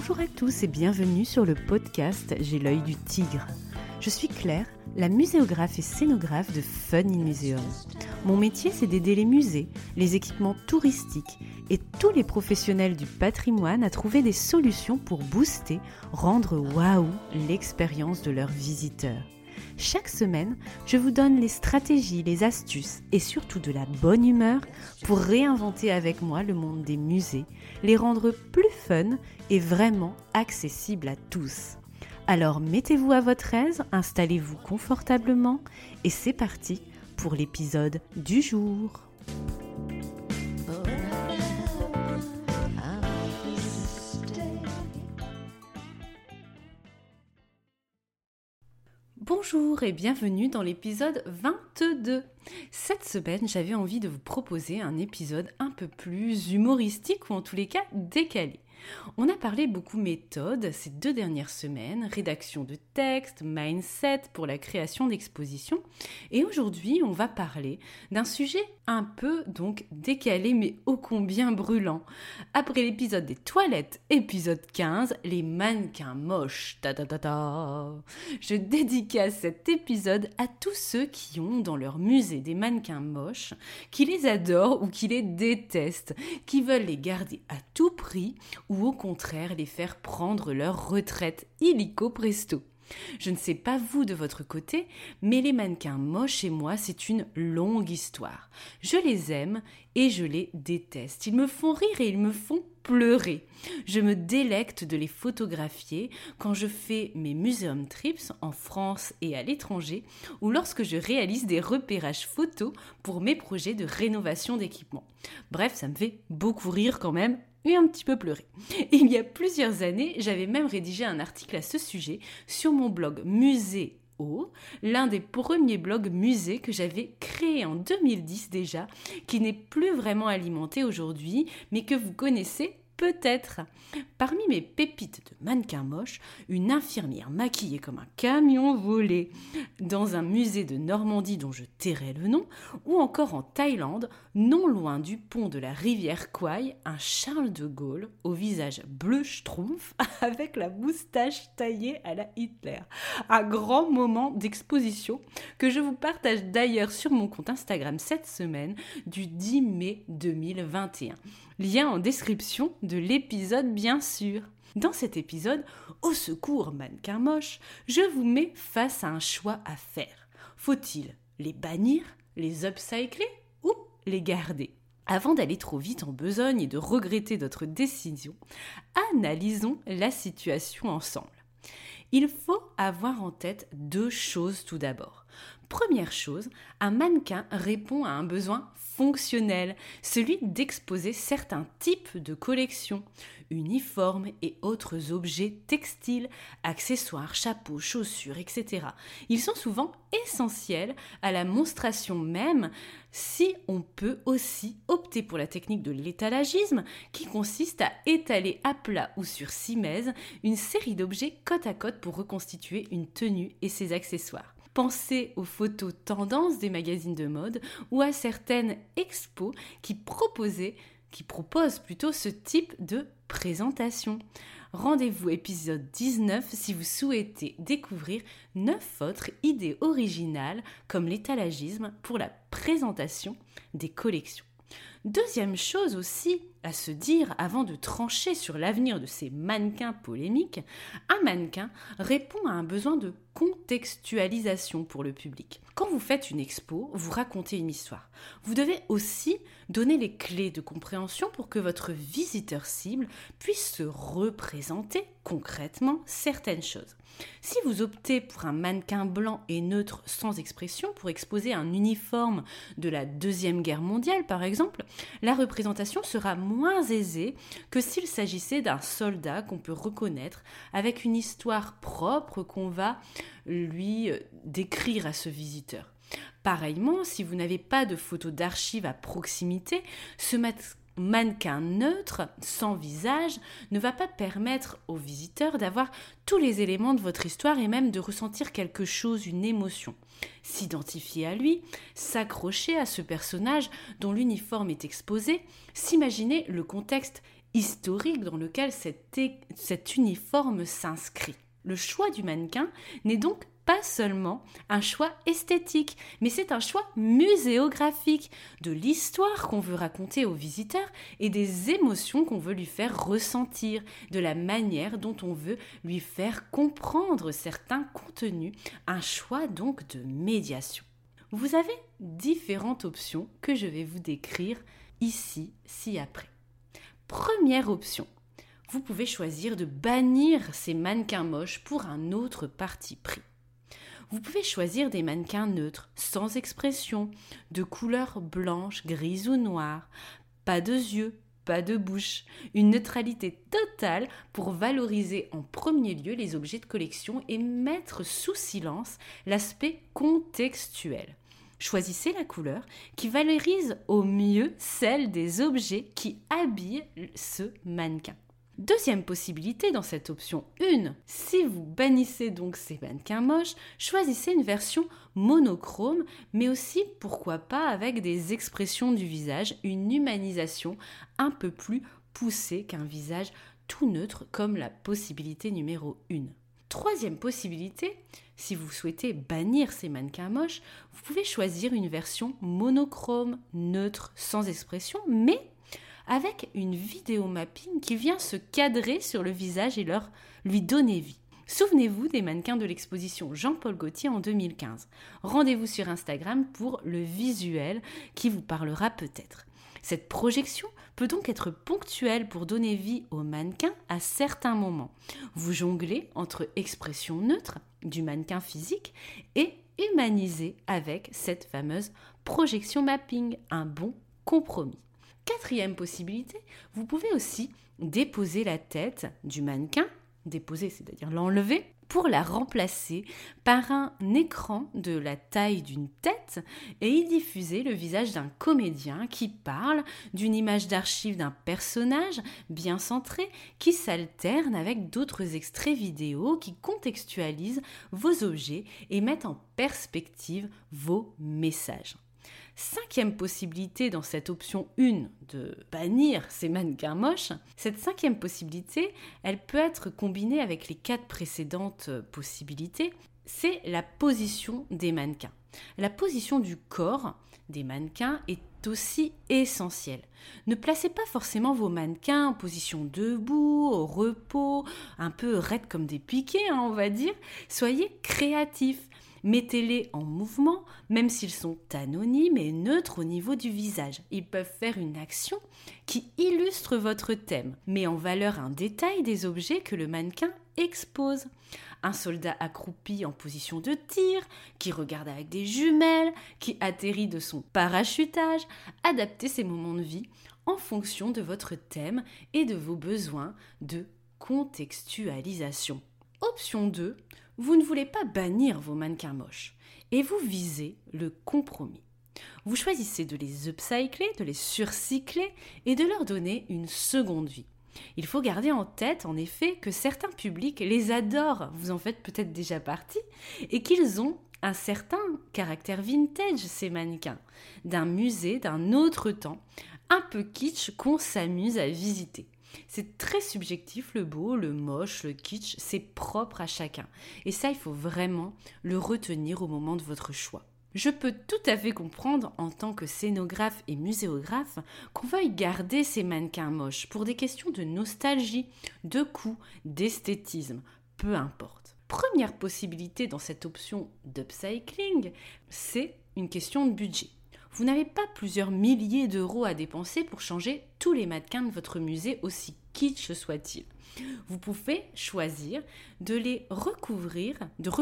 Bonjour à tous et bienvenue sur le podcast J'ai l'œil du tigre. Je suis Claire, la muséographe et scénographe de Fun in Museum. Mon métier, c'est d'aider les musées, les équipements touristiques et tous les professionnels du patrimoine à trouver des solutions pour booster, rendre waouh l'expérience de leurs visiteurs. Chaque semaine, je vous donne les stratégies, les astuces et surtout de la bonne humeur pour réinventer avec moi le monde des musées, les rendre plus fun et vraiment accessibles à tous. Alors mettez-vous à votre aise, installez-vous confortablement et c'est parti pour l'épisode du jour. Bonjour et bienvenue dans l'épisode 22. Cette semaine, j'avais envie de vous proposer un épisode un peu plus humoristique ou en tous les cas décalé. On a parlé beaucoup méthode ces 2 dernières semaines, rédaction de texte, mindset pour la création d'expositions. Et aujourd'hui, on va parler d'un sujet un peu donc décalé mais ô combien brûlant. Après l'épisode des toilettes, épisode 15, les mannequins moches. Je dédicace cet épisode à tous ceux qui ont dans leur musée des mannequins moches, qui les adorent ou qui les détestent, qui veulent les garder à tout prix ou au contraire les faire prendre leur retraite illico presto. Je ne sais pas vous de votre côté, mais les mannequins moches chez moi, c'est une longue histoire. Je les aime et je les déteste. Ils me font rire et ils me font pleurer. Je me délecte de les photographier quand je fais mes museum trips en France et à l'étranger ou lorsque je réalise des repérages photos pour mes projets de rénovation d'équipements. Bref, ça me fait beaucoup rire quand même et un petit peu pleurer. Il y a plusieurs années, j'avais même rédigé un article à ce sujet sur mon blog Muséo, l'un des premiers blogs musées que j'avais créé en 2010 déjà, qui n'est plus vraiment alimenté aujourd'hui, mais que vous connaissez peut-être. Parmi mes pépites de mannequins moches, une infirmière maquillée comme un camion volé dans un musée de Normandie dont je tairai le nom, ou encore en Thaïlande, non loin du pont de la rivière Kwai, un Charles de Gaulle au visage bleu schtroumpf avec la moustache taillée à la Hitler. Un grand moment d'exposition que je vous partage d'ailleurs sur mon compte Instagram cette semaine du 10 mai 2021. Lien en description de l'épisode bien sûr. Dans cet épisode, au secours mannequin moche, je vous mets face à un choix à faire. Faut-il les bannir, les upcycler ou les garder ? Avant d'aller trop vite en besogne et de regretter notre décision, analysons la situation ensemble. Il faut avoir en tête 2 choses tout d'abord. Première chose, un mannequin répond à un besoin fonctionnel, celui d'exposer certains types de collections, uniformes et autres objets textiles, accessoires, chapeaux, chaussures, etc. Ils sont souvent essentiels à la monstration même, si on peut aussi opter pour la technique de l'étalagisme qui consiste à étaler à plat ou sur simèse une série d'objets côte à côte pour reconstituer une tenue et ses accessoires. Pensez aux photos tendances des magazines de mode ou à certaines expos qui proposent plutôt ce type de présentation. Rendez-vous épisode 19 si vous souhaitez découvrir 9 autres idées originales comme l'étalagisme pour la présentation des collections. Deuxième chose aussi à se dire avant de trancher sur l'avenir de ces mannequins polémiques, un mannequin répond à un besoin de contextualisation pour le public. Quand vous faites une expo, vous racontez une histoire. Vous devez aussi donner les clés de compréhension pour que votre visiteur cible puisse se représenter concrètement certaines choses. Si vous optez pour un mannequin blanc et neutre sans expression pour exposer un uniforme de la Deuxième Guerre mondiale par exemple, la représentation sera moins aisée que s'il s'agissait d'un soldat qu'on peut reconnaître avec une histoire propre qu'on va lui décrire à ce visiteur. Pareillement, si vous n'avez pas de photos d'archives à proximité, ce mannequin neutre, sans visage, ne va pas permettre au visiteur d'avoir tous les éléments de votre histoire et même de ressentir quelque chose, une émotion. S'identifier à lui, s'accrocher à ce personnage dont l'uniforme est exposé, s'imaginer le contexte historique dans lequel cet uniforme s'inscrit. Le choix du mannequin n'est donc pas seulement un choix esthétique, mais c'est un choix muséographique de l'histoire qu'on veut raconter au visiteur et des émotions qu'on veut lui faire ressentir, de la manière dont on veut lui faire comprendre certains contenus, un choix donc de médiation. Vous avez différentes options que je vais vous décrire ici, ci-après. Première option, vous pouvez choisir de bannir ces mannequins moches pour un autre parti pris. Vous pouvez choisir des mannequins neutres, sans expression, de couleur blanche, grise ou noire, pas de yeux, pas de bouche, une neutralité totale pour valoriser en premier lieu les objets de collection et mettre sous silence l'aspect contextuel. Choisissez la couleur qui valorise au mieux celle des objets qui habillent ce mannequin. Deuxième possibilité dans cette option 1, si vous bannissez donc ces mannequins moches, choisissez une version monochrome, mais aussi, pourquoi pas, avec des expressions du visage, une humanisation un peu plus poussée qu'un visage tout neutre comme la possibilité numéro 1. Troisième possibilité, si vous souhaitez bannir ces mannequins moches, vous pouvez choisir une version monochrome, neutre, sans expression, mais avec une vidéo mapping qui vient se cadrer sur le visage et lui donner vie. Souvenez-vous des mannequins de l'exposition Jean-Paul Gaultier en 2015. Rendez-vous sur Instagram pour le visuel qui vous parlera peut-être. Cette projection peut donc être ponctuelle pour donner vie aux mannequins à certains moments. Vous jonglez entre expression neutre du mannequin physique et humanisé avec cette fameuse projection mapping, un bon compromis. Quatrième possibilité, vous pouvez aussi déposer la tête du mannequin, déposer c'est-à-dire l'enlever, pour la remplacer par un écran de la taille d'une tête et y diffuser le visage d'un comédien qui parle, d'une image d'archive d'un personnage bien centré qui s'alterne avec d'autres extraits vidéo qui contextualisent vos objets et mettent en perspective vos messages. Cinquième possibilité dans cette option 1 de bannir ces mannequins moches, cette cinquième possibilité, elle peut être combinée avec les 4 précédentes possibilités, c'est la position des mannequins. La position du corps des mannequins est aussi essentielle. Ne placez pas forcément vos mannequins en position debout, au repos, un peu raides comme des piquets, on va dire. Soyez créatifs. Mettez-les en mouvement, même s'ils sont anonymes et neutres au niveau du visage. Ils peuvent faire une action qui illustre votre thème, met en valeur un détail des objets que le mannequin expose. Un soldat accroupi en position de tir, qui regarde avec des jumelles, qui atterrit de son parachutage. Adaptez ces moments de vie en fonction de votre thème et de vos besoins de contextualisation. Option 2. Vous ne voulez pas bannir vos mannequins moches et vous visez le compromis. Vous choisissez de les upcycler, de les surcycler et de leur donner une seconde vie. Il faut garder en tête en effet que certains publics les adorent, vous en faites peut-être déjà partie, et qu'ils ont un certain caractère vintage ces mannequins, d'un musée, d'un autre temps, un peu kitsch qu'on s'amuse à visiter. C'est très subjectif, le beau, le moche, le kitsch, c'est propre à chacun. Et ça, il faut vraiment le retenir au moment de votre choix. Je peux tout à fait comprendre, en tant que scénographe et muséographe, qu'on veuille garder ces mannequins moches pour des questions de nostalgie, de coût, d'esthétisme, peu importe. Première possibilité dans cette option d'upcycling, c'est une question de budget. Vous n'avez pas plusieurs milliers d'euros à dépenser pour changer tous les mannequins de votre musée, aussi kitsch soit-il. Vous pouvez choisir de recouvrir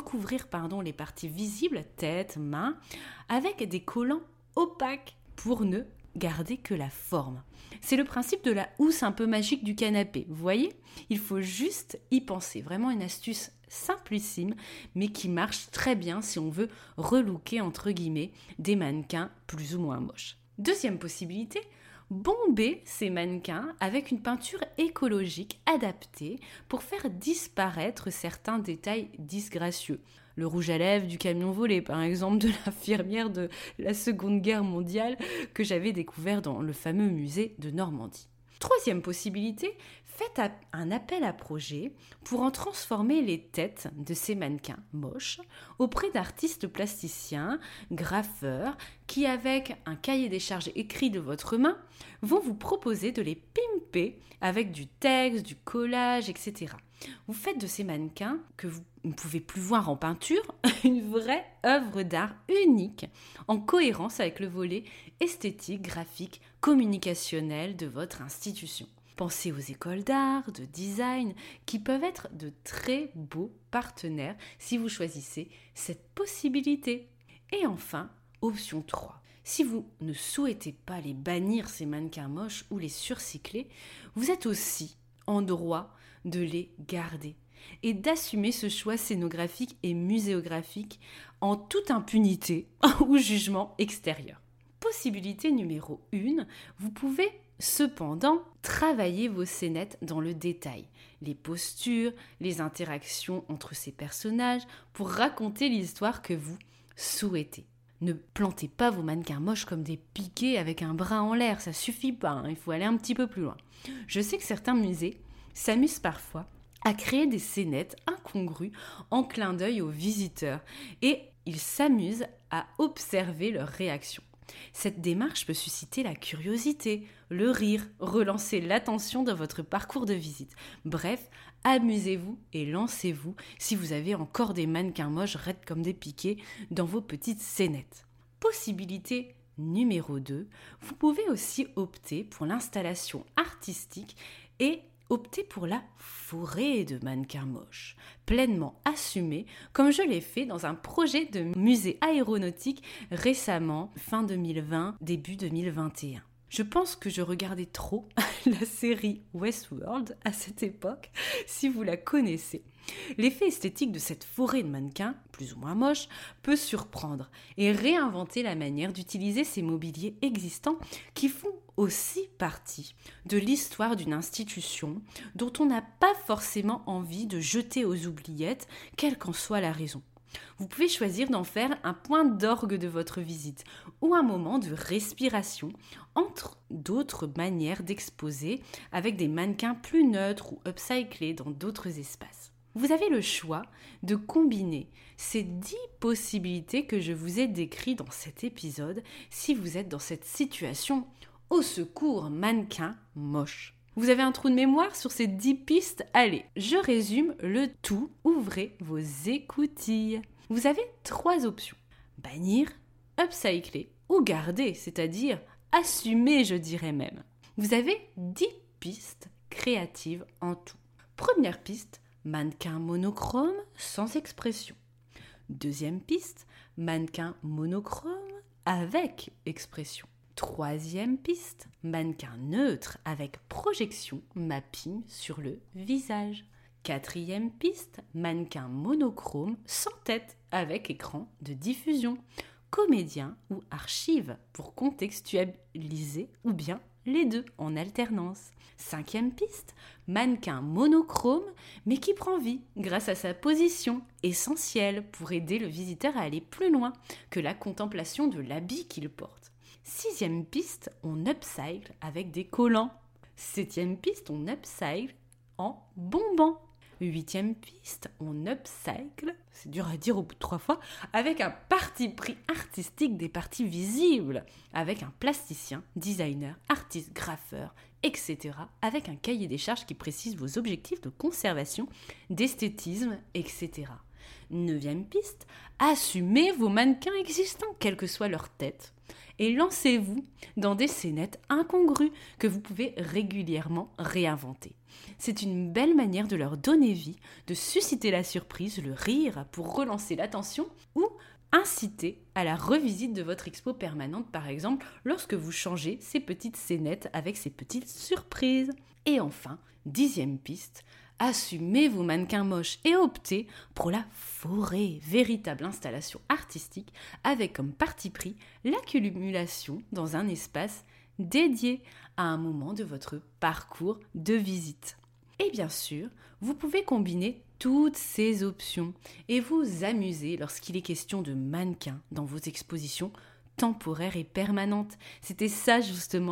les parties visibles, tête, main, avec des collants opaques pour ne garder que la forme. C'est le principe de la housse un peu magique du canapé. Vous voyez ? Il faut juste y penser. Vraiment une astuce simplissime, mais qui marche très bien si on veut relooker, entre guillemets, des mannequins plus ou moins moches. Deuxième possibilité, bomber ces mannequins avec une peinture écologique adaptée pour faire disparaître certains détails disgracieux. Le rouge à lèvres du camion volé, par exemple, de l'infirmière de la Seconde Guerre mondiale que j'avais découvert dans le fameux musée de Normandie. Troisième possibilité, faites un appel à projet pour en transformer les têtes de ces mannequins moches auprès d'artistes plasticiens, graffeurs, qui avec un cahier des charges écrit de votre main vont vous proposer de les pimper avec du texte, du collage, etc. Vous faites de ces mannequins que vous ne pouvez plus voir en peinture une vraie œuvre d'art unique en cohérence avec le volet esthétique, graphique, communicationnel de votre institution. Pensez aux écoles d'art, de design, qui peuvent être de très beaux partenaires si vous choisissez cette possibilité. Et enfin, option 3. Si vous ne souhaitez pas les bannir, ces mannequins moches, ou les surcycler, vous êtes aussi en droit de les garder et d'assumer ce choix scénographique et muséographique en toute impunité ou jugement extérieur. Possibilité numéro 1, vous pouvez cependant travailler vos scénettes dans le détail, les postures, les interactions entre ces personnages pour raconter l'histoire que vous souhaitez. Ne plantez pas vos mannequins moches comme des piquets avec un bras en l'air, ça suffit pas, il faut aller un petit peu plus loin. Je sais que certains musées s'amusent parfois à créer des scénettes incongrues en clin d'œil aux visiteurs et ils s'amusent à observer leurs réactions. Cette démarche peut susciter la curiosité, le rire, relancer l'attention dans votre parcours de visite. Bref, amusez-vous et lancez-vous si vous avez encore des mannequins moches raides comme des piquets dans vos petites scénettes. Possibilité numéro 2, vous pouvez aussi opter pour l'installation artistique et opter pour la forêt de mannequins moches, pleinement assumée, comme je l'ai fait dans un projet de musée aéronautique récemment, fin 2020, début 2021. Je pense que je regardais trop la série Westworld à cette époque, si vous la connaissez. L'effet esthétique de cette forêt de mannequins, plus ou moins moche, peut surprendre et réinventer la manière d'utiliser ces mobiliers existants qui font aussi partie de l'histoire d'une institution dont on n'a pas forcément envie de jeter aux oubliettes, quelle qu'en soit la raison. Vous pouvez choisir d'en faire un point d'orgue de votre visite ou un moment de respiration, entre d'autres manières d'exposer avec des mannequins plus neutres ou upcyclés dans d'autres espaces. Vous avez le choix de combiner ces 10 possibilités que je vous ai décrites dans cet épisode si vous êtes dans cette situation. Au secours, mannequin moche. Vous avez un trou de mémoire sur ces 10 pistes? Allez, je résume le tout. Ouvrez vos écoutilles. Vous avez 3 options. Bannir, upcycler ou garder, c'est-à-dire assumer, je dirais même. Vous avez 10 pistes créatives en tout. Première piste, mannequin monochrome sans expression. Deuxième piste, mannequin monochrome avec expression. Troisième piste, mannequin neutre avec projection mapping sur le visage. Quatrième piste, mannequin monochrome sans tête avec écran de diffusion. Comédien ou archive pour contextualiser ou bien les deux en alternance. Cinquième piste, mannequin monochrome mais qui prend vie grâce à sa position essentielle pour aider le visiteur à aller plus loin que la contemplation de l'habit qu'il porte. Sixième piste, on upcycle avec des collants. Septième piste, on upcycle en bonbons. Huitième piste, on upcycle, c'est dur à dire au bout de 3 fois, avec un parti pris artistique des parties visibles, avec un plasticien, designer, artiste, graffeur, etc., avec un cahier des charges qui précise vos objectifs de conservation, d'esthétisme, etc. Neuvième piste, assumez vos mannequins existants, quelle que soit leur tête, et lancez-vous dans des scénettes incongrues que vous pouvez régulièrement réinventer. C'est une belle manière de leur donner vie, de susciter la surprise, le rire pour relancer l'attention ou inciter à la revisite de votre expo permanente, par exemple, lorsque vous changez ces petites scénettes avec ces petites surprises. Et enfin, 10e piste, assumez vos mannequins moches et optez pour la forêt, véritable installation artistique avec comme parti pris l'accumulation dans un espace dédié à un moment de votre parcours de visite. Et bien sûr, vous pouvez combiner toutes ces options et vous amuser lorsqu'il est question de mannequins dans vos expositions temporaires et permanentes. C'était ça justement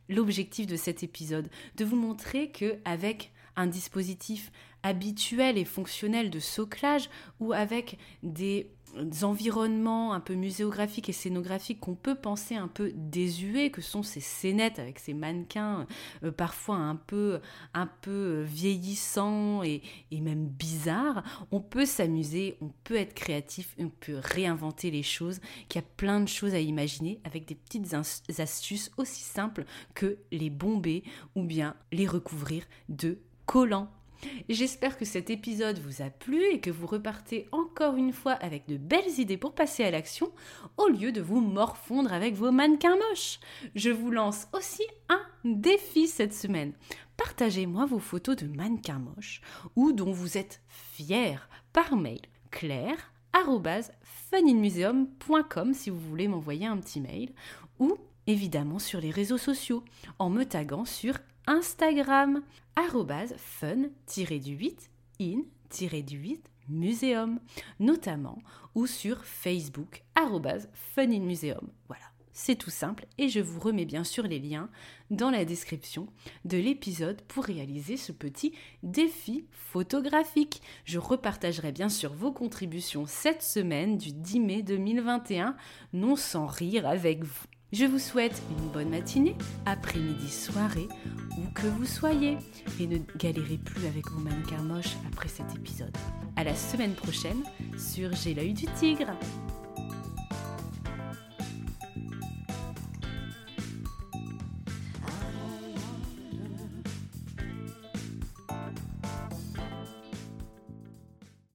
l'objectif de cet épisode, de vous montrer qu'avec un dispositif habituel et fonctionnel de soclage ou avec des environnements un peu muséographiques et scénographiques qu'on peut penser un peu désuets, que sont ces scénettes avec ces mannequins parfois un peu vieillissants et même bizarres, on peut s'amuser, on peut être créatif, on peut réinventer les choses, qu'il y a plein de choses à imaginer avec des petites astuces aussi simples que les bomber ou bien les recouvrir de collants. J'espère que cet épisode vous a plu et que vous repartez encore une fois avec de belles idées pour passer à l'action au lieu de vous morfondre avec vos mannequins moches. Je vous lance aussi un défi cette semaine. Partagez-moi vos photos de mannequins moches ou dont vous êtes fiers par mail claire@funinmuseum.com si vous voulez m'envoyer un petit mail ou évidemment sur les réseaux sociaux en me taguant sur Instagram @fun-in-museum notamment ou sur Facebook @funinmuseum. Voilà, c'est tout simple et je vous remets bien sûr les liens dans la description de l'épisode pour réaliser ce petit défi photographique. Je repartagerai bien sûr vos contributions cette semaine du 10 mai 2021, non sans rire avec vous. Je vous souhaite une bonne matinée, après-midi, soirée, où que vous soyez. Et ne galérez plus avec vos mannequins moches après cet épisode. À la semaine prochaine sur J'ai l'œil du tigre.